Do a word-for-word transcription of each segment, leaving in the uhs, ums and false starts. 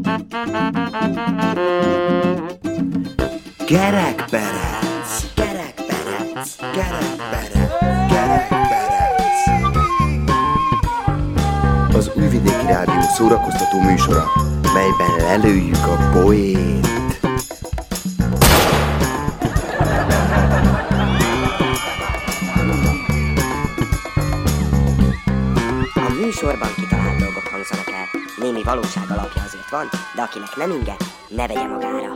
Kerekperec, kerekperec, kerekperec, kerekperec. Az Újvidéki Rádió szórakoztató műsora, melyben lelőjük a poént. A műsorban kitalált dolgok hangzanak el. Némi valóság alapja azért van, de akinek nem inge, ne vegye magára.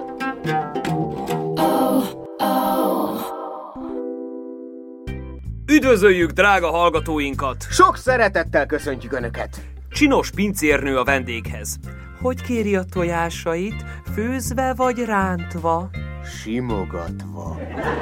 Üdvözöljük drága hallgatóinkat! Sok szeretettel köszöntjük Önöket! Csinos pincérnő a vendéghez. Hogy kéri a tojásait? Főzve vagy rántva? Simogatva.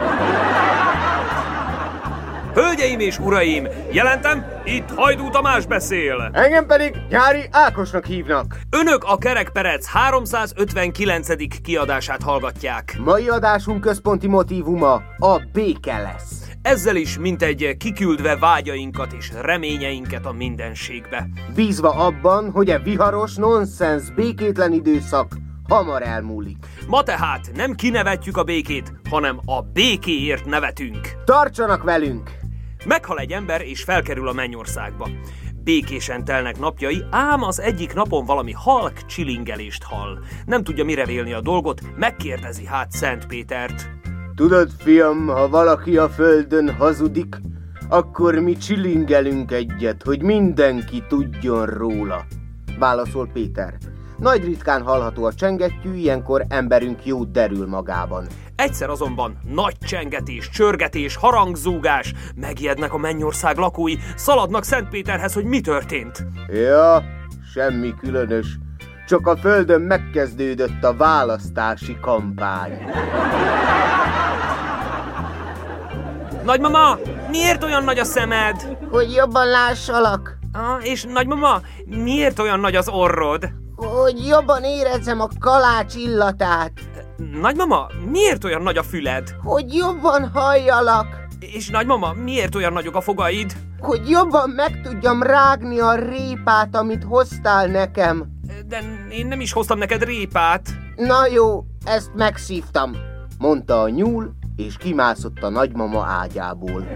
Hölgyeim és uraim, jelentem, itt Hajdú Tamás beszél! Engem pedig Gyári Ákosnak hívnak. Önök a Kerekperec háromszázötvenkilencedik kiadását hallgatják. Mai adásunk központi motívuma a béke lesz. Ezzel is mintegy kiküldve vágyainkat és reményeinket a mindenségbe. Bízva abban, hogy a viharos, nonsens, békétlen időszak hamar elmúlik. Ma tehát nem kinevetjük a békét, hanem a békéért nevetünk. Tartsanak velünk! Meghal egy ember és felkerül a mennyországba. Békésen telnek napjai, ám az egyik napon valami halk csilingelést hall. Nem tudja mire vélni a dolgot, megkérdezi hát Szent Pétert. Tudod, fiam, ha valaki a földön hazudik, akkor mi csilingelünk egyet, hogy mindenki tudjon róla. Válaszol Péter. Nagy ritkán hallható a csengettyű, ilyenkor emberünk jót derül magában. Egyszer azonban nagy csengetés, csörgetés, harangzúgás, megijednek a mennyország lakói, szaladnak Szent Péterhez, hogy mi történt. Ja, semmi különös. Csak a földön megkezdődött a választási kampány. Nagymama, miért olyan nagy a szemed? Hogy jobban lássalak. Ah, és nagymama, miért olyan nagy az orrod? Hogy jobban érezzem a kalács illatát. Nagymama, miért olyan nagy a füled? Hogy jobban halljalak. És nagymama, miért olyan nagyok a fogaid? Hogy jobban meg tudjam rágni a répát, amit hoztál nekem. De én nem is hoztam neked répát. Na jó, ezt megszívtam, mondta a nyúl, és kimászott a nagymama ágyából.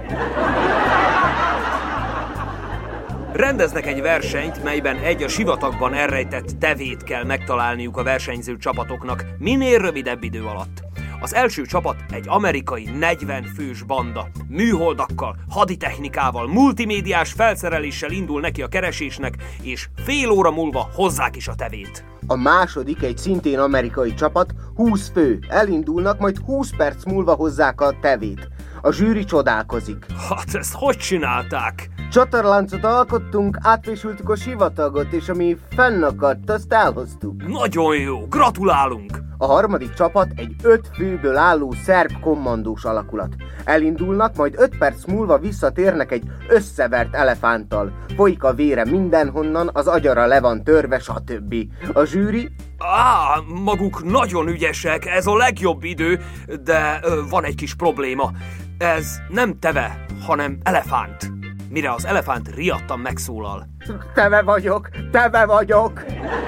Rendeznek egy versenyt, melyben egy a sivatagban elrejtett tevét kell megtalálniuk a versenyző csapatoknak minél rövidebb idő alatt. Az első csapat egy amerikai negyven fős banda. Műholdakkal, haditechnikával, multimédiás felszereléssel indul neki a keresésnek, és fél óra múlva hozzák is a tevét. A második egy szintén amerikai csapat, húsz fő. Elindulnak, majd húsz perc múlva hozzák a tevét. A zsűri csodálkozik. Hát ezt hogy csinálták? Csatorláncot alkottunk, átvésültük a sivatagot, és ami fennakadt, azt elhoztuk. Nagyon jó, gratulálunk! A harmadik csapat egy öt főből álló szerb kommandós alakulat. Elindulnak, majd öt perc múlva visszatérnek egy összevert elefánttal. Folyik a vére mindenhonnan, az agyara le van törve, stb. A zsűri... Á, maguk nagyon ügyesek, ez a legjobb idő, de ö, van egy kis probléma. Ez nem teve, hanem elefánt. Mire az elefánt riadtan megszólal. Teve vagyok, teve vagyok!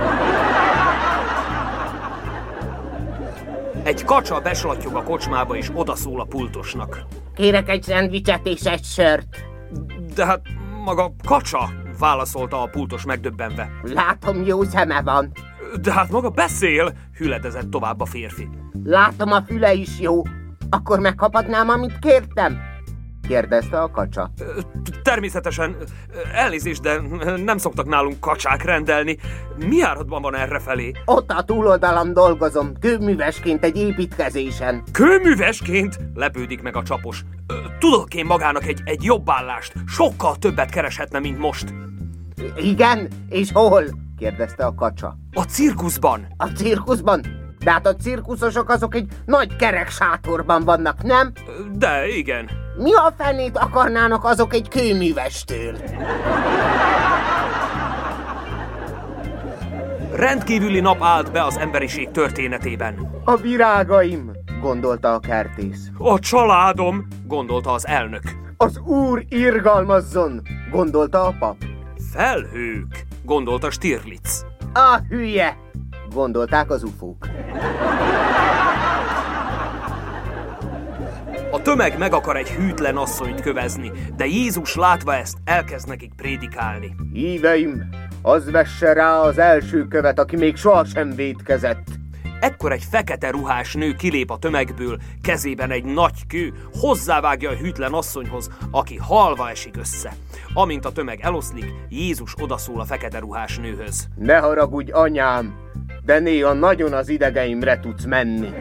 Egy kacsa beslattyog a kocsmába és odaszól a pultosnak. Kérek egy szendvicset és egy sört. De hát maga kacsa, válaszolta a pultos megdöbbenve. Látom, jó szeme van. De hát maga beszél, hüledezett tovább a férfi. Látom, a füle is jó. Akkor megkaphatnám, amit kértem? kérdezte a kacsa. Természetesen, elnézést, de nem szoktak nálunk kacsák rendelni. Mi áradban van errefelé? Ott a túloldalon dolgozom, kőművesként egy építkezésen. Kőművesként? Lepődik meg a csapos. Tudok én magának egy, egy jobb állást. Sokkal többet kereshetne, mint most. Igen? És hol? kérdezte a kacsa. A cirkuszban. A cirkuszban? De hát a cirkuszosok azok egy nagy kerek sátorban vannak, nem? De igen. Mi a fenét akarnának azok egy kőművestől? Rendkívüli nap állt be az emberiség történetében. A virágaim, gondolta a kertész. A családom, gondolta az elnök. Az úr irgalmazzon, gondolta a pap. Felhők, gondolta Stirlitz. A hülye, gondolták az ufók. A tömeg meg akar egy hűtlen asszonyt kövezni, de Jézus látva ezt elkezd nekik prédikálni. Híveim, az vesse rá az első követ, aki még sohasem vétkezett. Ekkor egy fekete ruhás nő kilép a tömegből, kezében egy nagy kő, hozzávágja a hűtlen asszonyhoz, aki halva esik össze. Amint a tömeg eloszlik, Jézus odaszól a fekete ruhás nőhöz. Ne haragudj, anyám, de néha nagyon az idegeimre tudsz menni.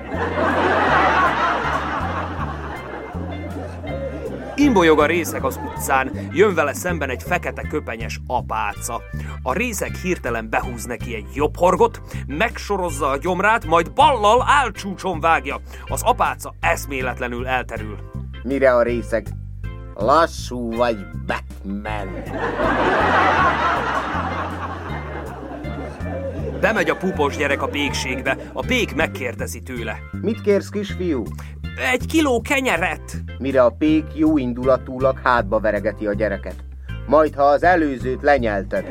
Imbolyog a részeg az utcán, jön vele szemben egy fekete köpenyes apáca. A részeg hirtelen behúz neki egy jobb horgot, megsorozza a gyomrát, majd ballal álcsúcson vágja. Az apáca eszméletlenül elterül. Mire a részeg? Lassú vagy, Batman. Bemegy a pupos gyerek a pékségbe, a pék megkérdezi tőle. Mit kérsz, kisfiú? Egy kiló kenyeret! Mire a pék jó indulatúlag hátba veregeti a gyereket. Majd, ha az előzőt lenyelted.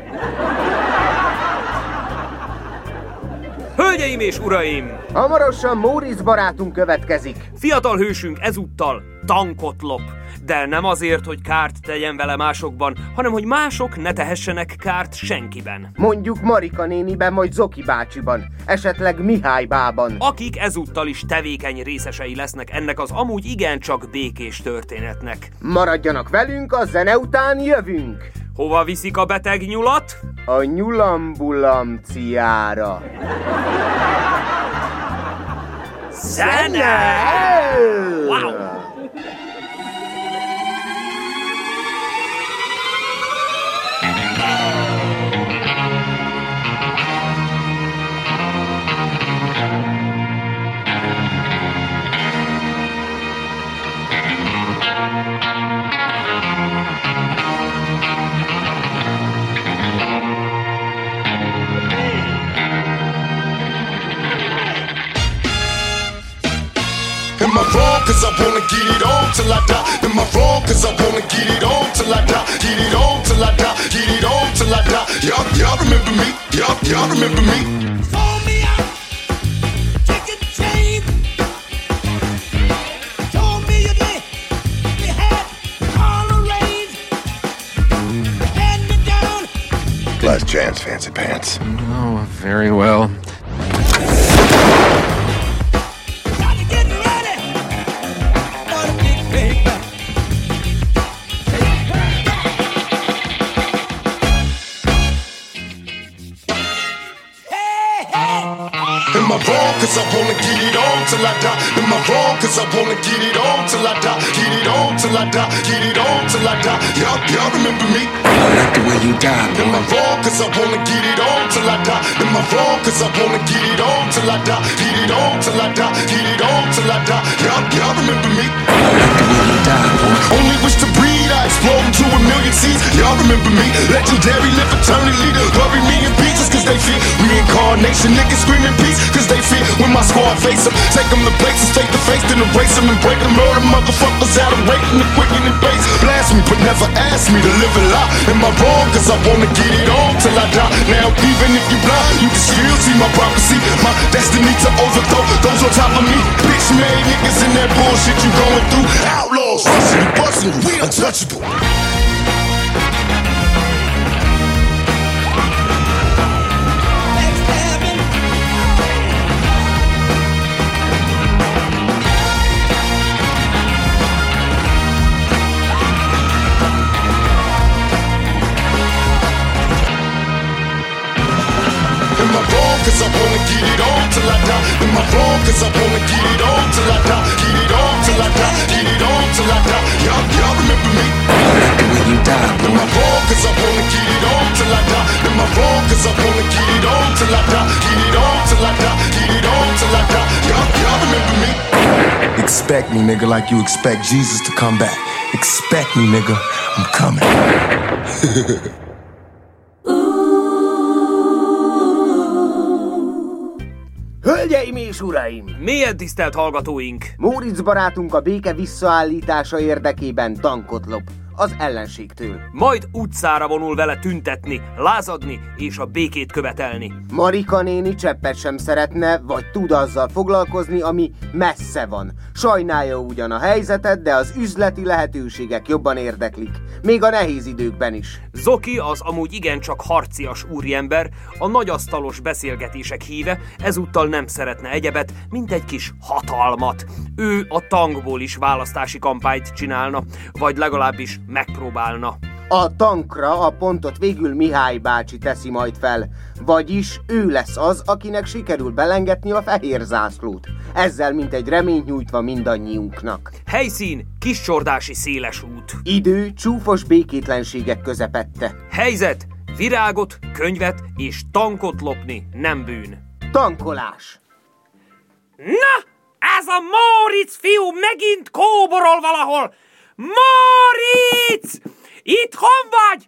Hölgyeim és uraim! Hamarosan Móricz barátunk következik. Fiatal hősünk ezúttal tankot lop. De nem azért, hogy kárt tegyen vele másokban, hanem hogy mások ne tehessenek kárt senkiben. Mondjuk Marika néniben, vagy Zoki bácsiban, esetleg Mihály bában. Akik ezúttal is tevékeny részesei lesznek ennek az amúgy igencsak békés történetnek. Maradjanak velünk, a zene után jövünk. Hova viszik a beteg nyulat? A nyulambulanciára. Zene! Wow! Am I wrong cause I wanna get it on till I die? Am I wrong cause I wanna get it on till I die? Get it on till I die, get it on till I die. Y'all, y'all remember me, y'all, y'all remember me. Fold me out, take a chain. Told me you did, you had all the rain. Hand me down. Last chance, fancy pants. Oh, very well. Am I wrong cause I wanna get it on till I die? Am I wrong cause I wanna get it on till I die? Get it on till I die, get it on till I die. Y'all, y'all remember me? I like the way you die, Am I boy. wrong cause I wanna get it on till I die? Am I wrong cause I wanna get it on till I die? Get it on till I die, get it on till I die. Y'all, y'all remember me? I like the way you die, boy. Only wish to breed, I explode into a million seeds. Y'all remember me? Legendary, live eternally. Bury me in pieces cause they fear reincarnation. Niggas screaming peace cause they fear when my squad face them. Take them to places, take the face, then erase them and break them. Murder motherfuckers out of waiting and quicken and base. Blast me, but never ask me to live a lie. Am I wrong cause I wanna get it on till I die? Now even if you blind, you can still see my prophecy. My destiny to overthrow those on top of me. Bitch made niggas in that bullshit you going through. Outlaws, rushing and busting, we untouchable. Backstabbing. Am I wrong cause I wanna get it on till I die? Am I wrong cause I wanna get it on till I die? Get it on till I die, get it on till I die. Y'all, y'all remember me? I like the way you die, Am I boy. wrong cause I wanna get it on till I die? Am I wrong cause I wanna get it on till I die? Get it on till I die, get it on till I die. Y'all, y'all remember me? Expect me, nigga, like you expect Jesus to come back. Expect me, nigga. I'm coming. Hölgyeim és uraim! Mélyen tisztelt hallgatóink! Móricz barátunk a béke visszaállítása érdekében tankot lop. az ellenségtől. Majd utcára vonul vele tüntetni, lázadni és a békét követelni. Marika néni cseppet sem szeretne, vagy tud azzal foglalkozni, ami messze van. Sajnálja ugyan a helyzetet, de az üzleti lehetőségek jobban érdeklik. Még a nehéz időkben is. Zoki az amúgy igencsak harcias úriember, a nagyasztalos beszélgetések híve, ezúttal nem szeretne egyebet, mint egy kis hatalmat. Ő a tankból is választási kampányt csinálna, vagy legalábbis megpróbálna. A tankra a pontot végül Mihály bácsi teszi majd fel, vagyis ő lesz az, akinek sikerül belengetni a fehér zászlót. Ezzel mint egy reményt nyújtva mindannyiunknak. Helyszín Kiscsordási széles út. Idő csúfos békétlenségek közepette. Helyzet virágot, könyvet és tankot lopni nem bűn. Tankolás. Na, ez a Móricz fiú megint kóborol valahol! Móricz! Itthon vagy?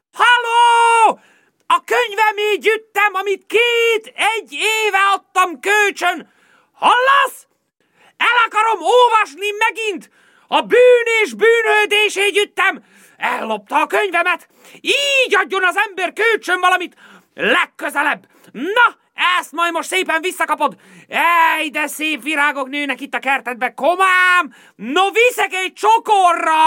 Halló! A könyvemé gyűjtem, amit két, egy éve adtam kölcsön. Hallasz? El akarom olvasni megint. A bűn és bűnhődésé gyűjtem. Ellopta a könyvemet. Így adjon az ember kölcsön valamit legközelebb. Na, ezt majd most szépen visszakapod. Ej, de szép virágok nőnek itt a kertedbe, komám! No, viszek egy csokorra!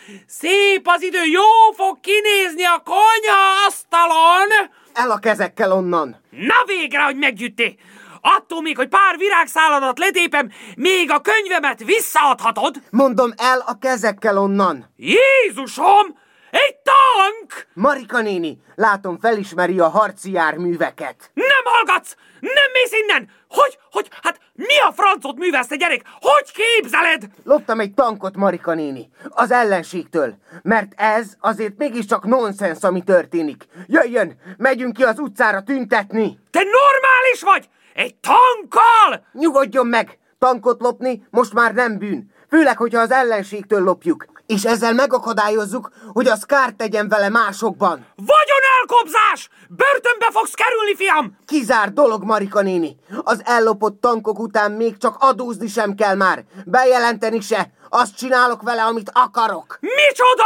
Szép az idő, jó fog kinézni a konyha asztalon! El a kezekkel onnan! Na végre, hogy meggyűjté! Attól még, hogy pár virágszáladat letépem, még a könyvemet visszaadhatod? Mondom, el a kezekkel onnan! Jézusom! Egy tank! Marika néni, látom felismeri a harci járműveket. Nem hallgatsz! Nem mész innen! Hogy, hogy, hát mi a francot művelsz, te gyerek? Hogy képzeled? Loptam egy tankot, Marika néni, az ellenségtől, mert ez azért mégiscsak nonsens, ami történik. Jöjjön, megyünk ki az utcára tüntetni. Te normális vagy? Egy tankkal? Nyugodjon meg! Tankot lopni most már nem bűn. Főleg, hogyha az ellenségtől lopjuk. És ezzel megakadályozzuk, hogy az kárt tegyen vele másokban. Vagyonelkobzás! Börtönbe fogsz kerülni, fiam! Kizárt dolog, Marika néni. Az ellopott tankok után még csak adózni sem kell már. Bejelenteni se. Azt csinálok vele, amit akarok. Micsoda?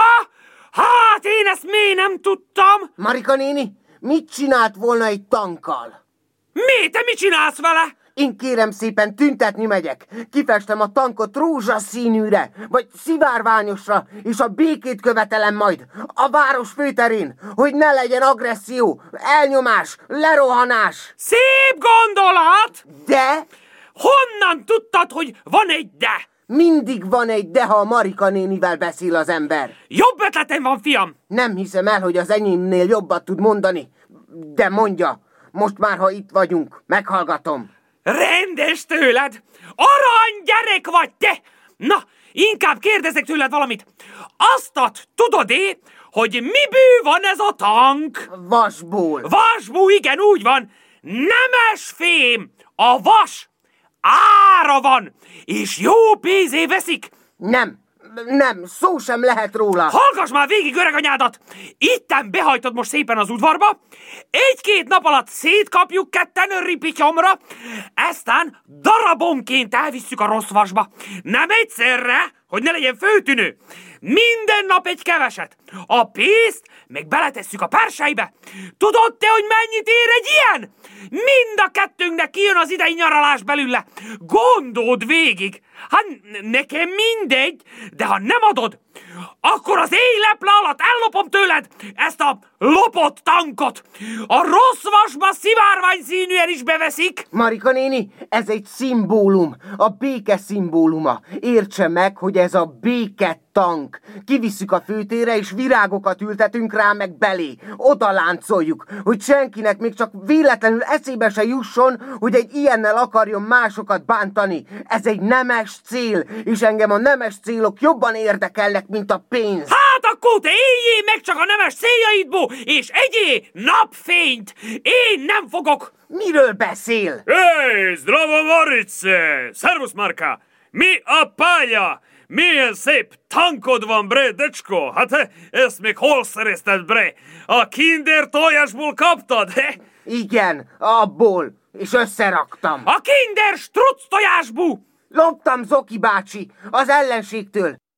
Hát én ezt miért nem tudtam? Marika néni, mit csinált volna egy tankkal? Mi? Te mit csinálsz vele? Én kérem szépen tüntetni megyek. Kifestem a tankot rózsaszínűre, vagy szivárványosra, és a békét követelem majd a város főterén, hogy ne legyen agresszió, elnyomás, lerohanás. Szép gondolat! De? Honnan tudtad, hogy van egy de? Mindig van egy de, ha a Marika nénivel beszél az ember. Jobb ötletem van, fiam! Nem hiszem el, hogy az enyémnél jobbat tud mondani. De mondja, most már, ha itt vagyunk, meghallgatom. Rendes tőled! Arany gyerek vagy te! Na, inkább kérdezek tőled valamit. Aztat tudod-e, hogy miből van ez a tank? Vasból. Vasból, igen, úgy van. Nemes fém. A vas ára van, és jó pénzé veszik. Nem, nem, szó sem lehet róla. Hallgass már végig, öreganyádat! Itten behajtod most szépen az udvarba, egy-két nap alatt szétkapjuk ketten ripityomra, eztán darabonként elvisszük a rossz vasba. Nem egyszerre, hogy ne legyen főtűnő. Minden nap egy keveset. A pénzt meg beletesszük a persejbe. Tudod te, hogy mennyit ér egy ilyen? Mind a kettőnknek kijön az idei nyaralás belőle. Gondold végig. Hát nekem mindegy, de ha nem adod, akkor az éjleple alatt ellopom tőled ezt a lopott tankot. A rossz vasba szivárvány színűen is beveszik. Marika néni, ez egy szimbólum, a béke szimbóluma. Értse meg, hogy ez a béke tank. Kivisszük a főtérre, és virágokat ültetünk rá, meg belé. Oda láncoljuk, hogy senkinek még csak véletlenül eszébe se jusson, hogy egy ilyennel akarjon másokat bántani. Ez egy nemes cél, és engem a nemes célok jobban érdekelnek, mint a pénz. Hát akkor te éljél meg csak a nemes céljaidból, és egyél napfényt. Én nem fogok. Miről beszél? Hey, zdravo Móricz! Szervusz, Marka! Mi a pálya? Milyen szép tankod van, bre, decsko? Hát ezt még hol szerezted, bre? A kinder tojásból kaptad, he? Igen, abból, és összeraktam. A kinder struc tojásból! Loptam, Zoki bácsi, az ellenségtől.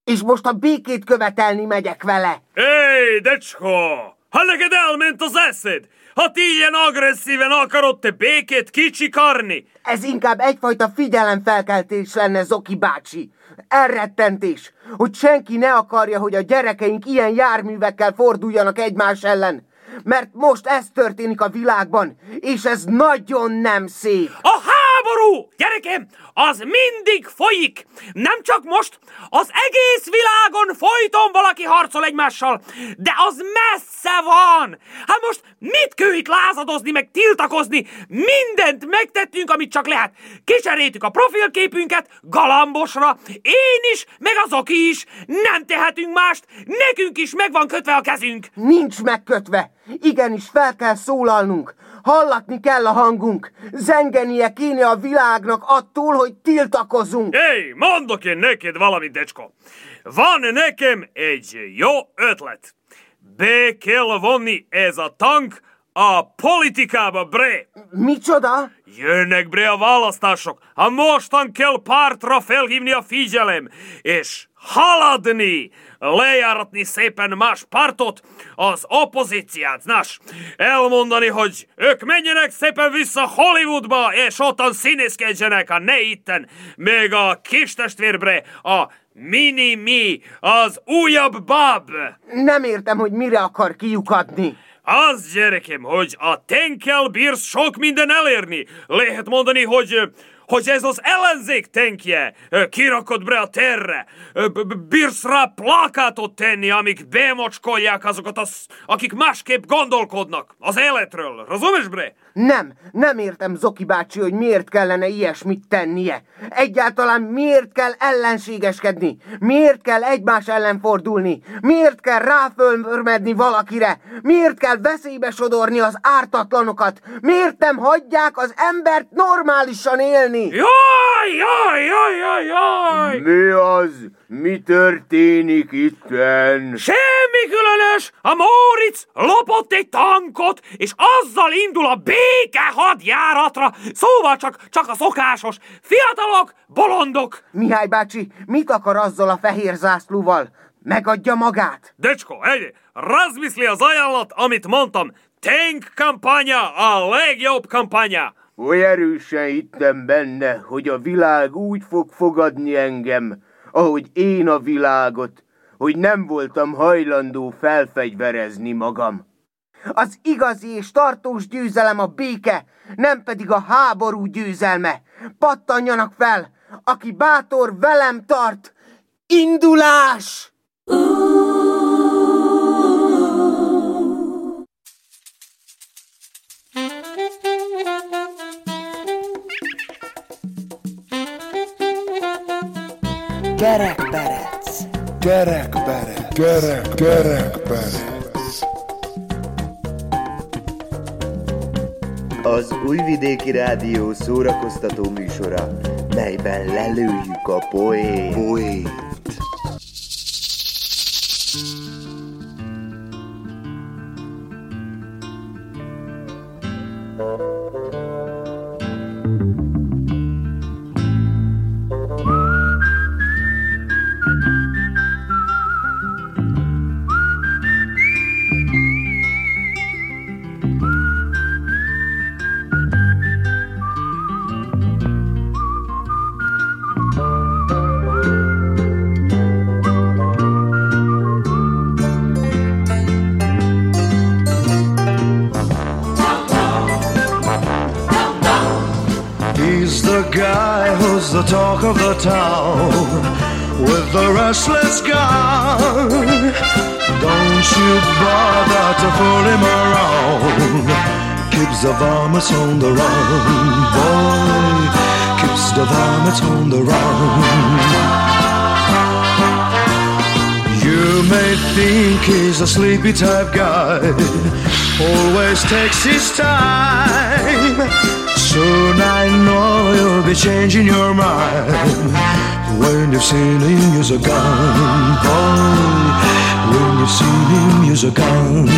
És most a békét követelni megyek vele. Hey, decsko! Ha neked elment az eszed! Ha ti ilyen agresszíven akarod te békét kicsikarni! Ez inkább egyfajta figyelemfelkeltés lenne, Zoki bácsi. Elrettentés, hogy senki ne akarja, hogy a gyerekeink ilyen járművekkel forduljanak egymás ellen. Mert most ez történik a világban, és ez nagyon nem szép. A háború, gyerekem, az mindig folyik. Nem csak most, az egész világon folyton valaki harcol egymással, de az messze van. Hát most mit kell itt lázadozni, meg tiltakozni? Mindent megtettünk, amit csak lehet. Kicseréltük a profilképünket galambosra, én is, meg az Zoki is. Nem tehetünk mást, nekünk is meg van kötve a kezünk. Nincs megkötve. Igenis fel kell szólalnunk. Hallatni kell a hangunk. Zengenie kéne a világnak attól, hogy tiltakozunk. Hé, hey, mondok én neked valamit, decsko. Van nekem egy jó ötlet. Be kell vonni ez a tank a politikába, bre. Micsoda? Jönnek, bre, a választások. A mostan kell pártra felhívni a figyelem, és haladni, lejáratni szépen más pártot, az opozíciát, nás, elmondani, hogy ők menjenek szépen vissza Hollywoodba, és ottan színészkedjenek, a ne itten, még a kis testvérbre, a mini-mi, az újabb bab. Nem értem, hogy mire akar kiukadni. Az, gyerekem, hogy a tankkel bírsz sok minden elérni. Lehet mondani, hogy... hogy ez az ellenzék tankje, kirakod bre a terre, bírsz rá plakátot tenni, amik bemocskolják azokat, az, akik másképp gondolkodnak az életről. Rozumesz, bre? Nem, nem értem, Zoki bácsi, hogy miért kellene ilyesmit tennie. Egyáltalán miért kell ellenségeskedni? Miért kell egymás ellen fordulni? Miért kell ráfölmörmedni valakire? Miért kell veszélybe sodorni az ártatlanokat? Miért nem hagyják az embert normálisan élni? Jaj, jaj, jaj, jaj, jaj! Mi az? Mi történik itten? Semmi különös! A Móricz lopott egy tankot, és azzal indul a béke hadjáratra. Szóval csak, csak a szokásos. Fiatalok, bolondok! Mihály bácsi, mit akar azzal a fehér zászlóval? Megadja magát? Decsko, egy, razmisli az ajánlat, amit mondtam. Tank kampánya a legjobb kampánya. Oly erősen hittem benne, hogy a világ úgy fog fogadni engem, ahogy én a világot, hogy nem voltam hajlandó felfegyverezni magam. Az igazi és tartós győzelem a béke, nem pedig a háború győzelme. Pattanjanak fel, aki bátor velem tart. Indulás! Kerekperec. Kerekperec. Kerek, kerekperec. Az Újvidéki Rádió szórakoztató műsora, melyben lelőjük a poét. Poét. The talk of the town with the restless guy. Don't you bother to fool him around. Keeps the varmints on the run, boy. Keeps the varmints on the run. You may think he's a sleepy type guy, always takes his time. Soon I know you'll be changing your mind when you've seen him use a gun, boy. When you've seen him use a gun.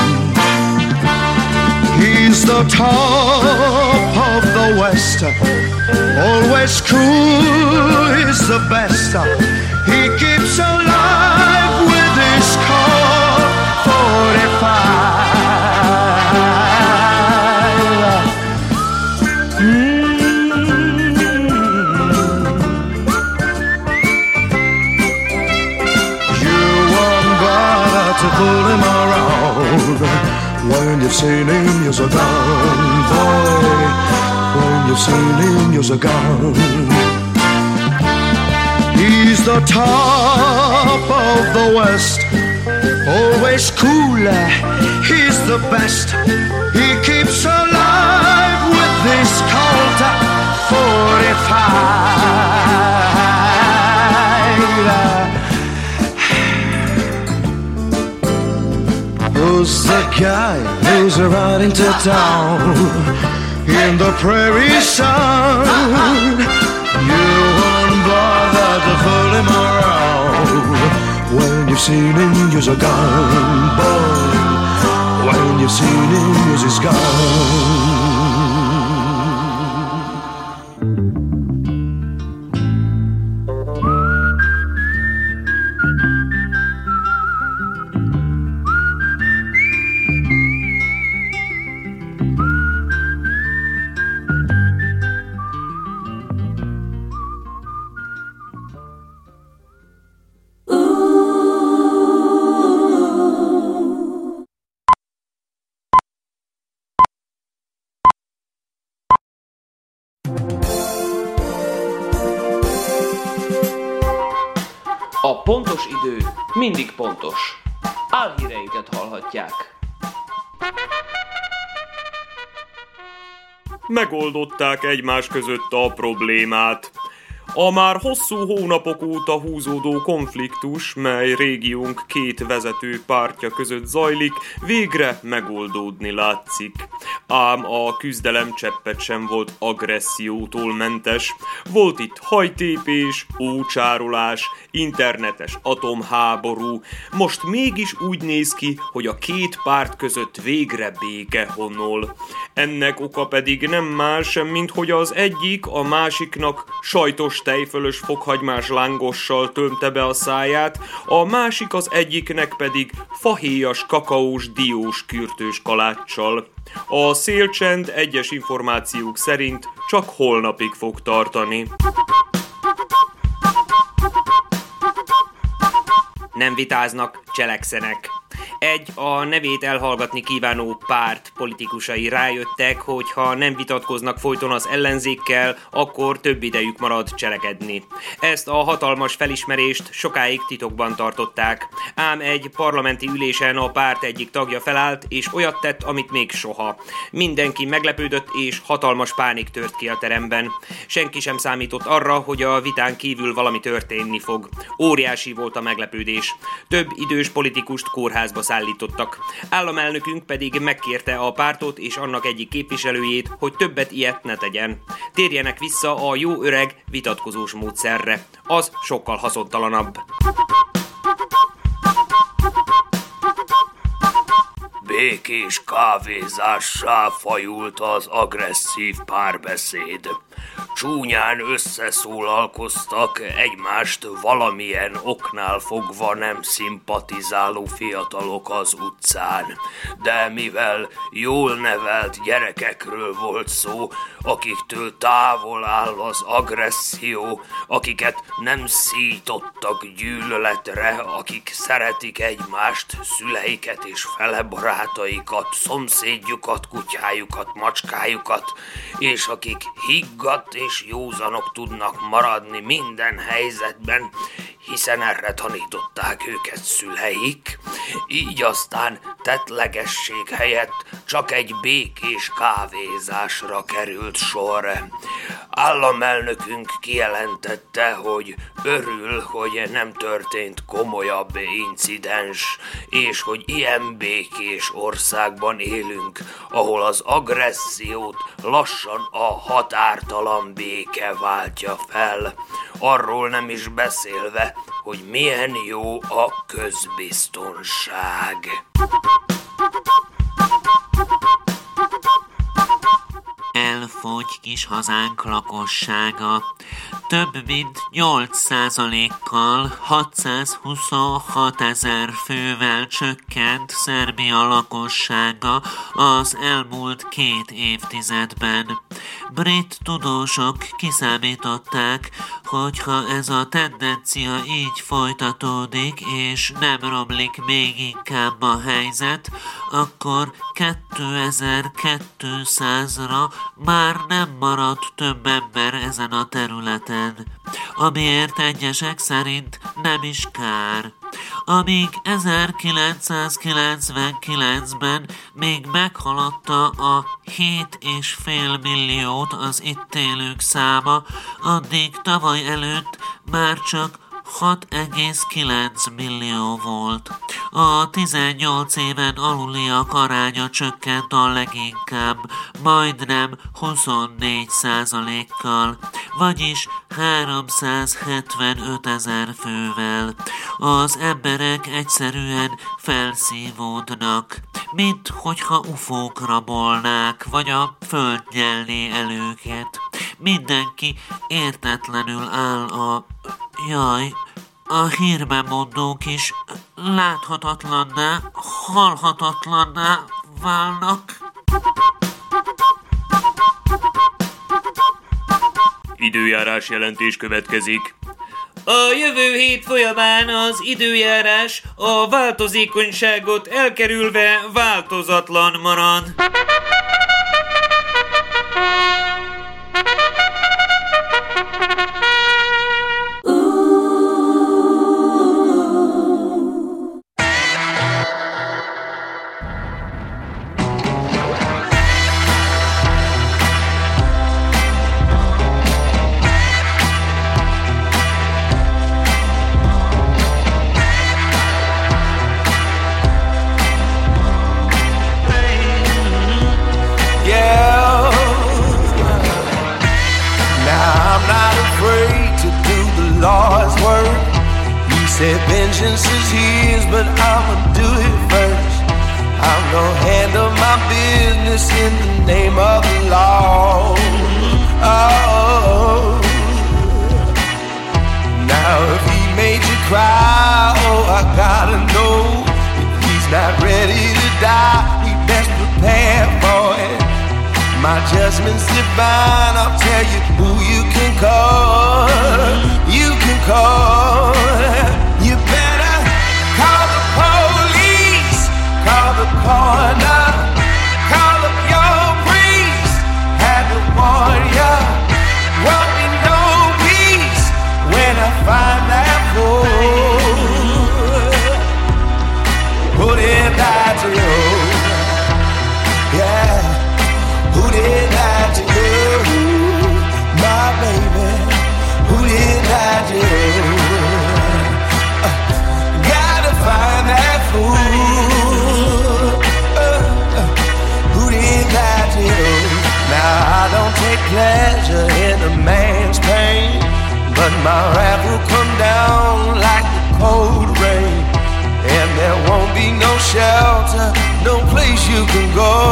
He's the top of the West, always cool, he's the best. He keeps alive you've seen him, you're gone, boy. When you've seen him, you're gone. He's the top of the West, always cooler, he's the best. He keeps alive with this Colt forty-five. Who's the guy who's riding to town in the prairie sun? You won't bother to fool him around. When you've seen him, you're gone, boy. When you've seen him, you're gone. A pontos idő mindig pontos. Álhíreinket hallhatják. Megoldották egymás között a problémát. A már hosszú hónapok óta húzódó konfliktus, mely régiónk két vezető pártja között zajlik, végre megoldódni látszik. Ám a küzdelem cseppet sem volt agressziótól mentes. Volt itt hajtépés, ócsárolás, internetes atomháború. Most mégis úgy néz ki, hogy a két párt között végre béke honol. Ennek oka pedig nem más, mint hogy az egyik a másiknak sajtos tejfölös fokhagymás lángossal tömte be a száját, a másik az egyiknek pedig fahéjas kakaós diós kürtős kaláccsal. A szélcsend egyes információk szerint csak holnapig fog tartani. Nem vitáznak, cselekszenek. Egy a nevét elhallgatni kívánó párt politikusai rájöttek, hogy ha nem vitatkoznak folyton az ellenzékkel, akkor több idejük marad cselekedni. Ezt a hatalmas felismerést sokáig titokban tartották, ám egy parlamenti ülésen a párt egyik tagja felállt, és olyat tett, amit még soha. Mindenki meglepődött, és hatalmas pánik tört ki a teremben. Senki sem számított arra, hogy a vitán kívül valami történni fog. Óriási volt a meglepődés. Több idős politikust kórházba szállítottak. Államelnökünk pedig megkérte a pártot és annak egyik képviselőjét, hogy többet ilyet ne tegyen. Térjenek vissza a jó öreg vitatkozós módszerre. Az sokkal haszontalanabb. Békés kávézássá fajult az agresszív párbeszéd. Csúnyán összeszólalkoztak egymást valamilyen oknál fogva nem szimpatizáló fiatalok az utcán. De mivel jól nevelt gyerekekről volt szó, akiktől távol áll az agresszió, akiket nem szítottak gyűlöletre, akik szeretik egymást, szüleiket és felebbarátaikat, szomszédjukat, kutyájukat, macskájukat, és akik higgadt és józanok tudnak maradni minden helyzetben, hiszen erre tanították őket szüleik, így aztán tettlegesség helyett csak egy békés kávézásra került sor. Államelnökünk kijelentette, hogy örül, hogy nem történt komolyabb incidens, és hogy ilyen békés országban élünk, ahol az agressziót lassan a határtalan béke váltja fel. Arról nem is beszélve, hogy milyen jó a közbiztonság. Elfogy kis hazánk lakossága. Több mint nyolc százalékkal hatszázhuszonhat ezer fővel csökkent Szerbia lakossága az elmúlt két évtizedben. Brit tudósok kiszámították, hogy ha ez a tendencia így folytatódik és nem romlik még inkább a helyzet, akkor kétezer-kétszázra már nem maradt több ember ezen a területen, amiért egyesek szerint nem is kár. Amíg ezerkilencszázkilencvenkilencben még meghaladta a hét és fél milliót az itt élők száma, addig tavaly előtt már csak hat egész kilenc millió volt. A tizennyolc éven aluliak aránya csökkent a leginkább, majdnem huszonnégy százalékkal, vagyis háromszázhetvenöt ezer fővel. Az emberek egyszerűen felszívódnak, mint hogyha ufók rabolnák, vagy a föld nyelné el őket. Mindenki értetlenül áll a... Jaj, a hírben mondók is láthatatlanná, hallhatatlanná válnak. Időjárás jelentés következik. A jövő hét folyamán az időjárás a változékonyságot elkerülve változatlan marad. Said vengeance is his, but I'ma do it first. I'm gonna handle my business in the name of the law. Oh, now if he made you cry, oh, I gotta know. If he's not ready to die, he best prepare for it. My judgment's divine, I'll tell you who you can call. You can call. You better call the police, call the coroner, call up your priest, have the warrior. Won't be no peace when I find that fool. Who did that to you? Yeah, who did that to you? My baby, who did that to you? Find that fool. Uh, uh, who did that to you? Now I don't take pleasure in a man's pain, but my wrath will come down like the cold rain, and there won't be no shelter, no place you can go.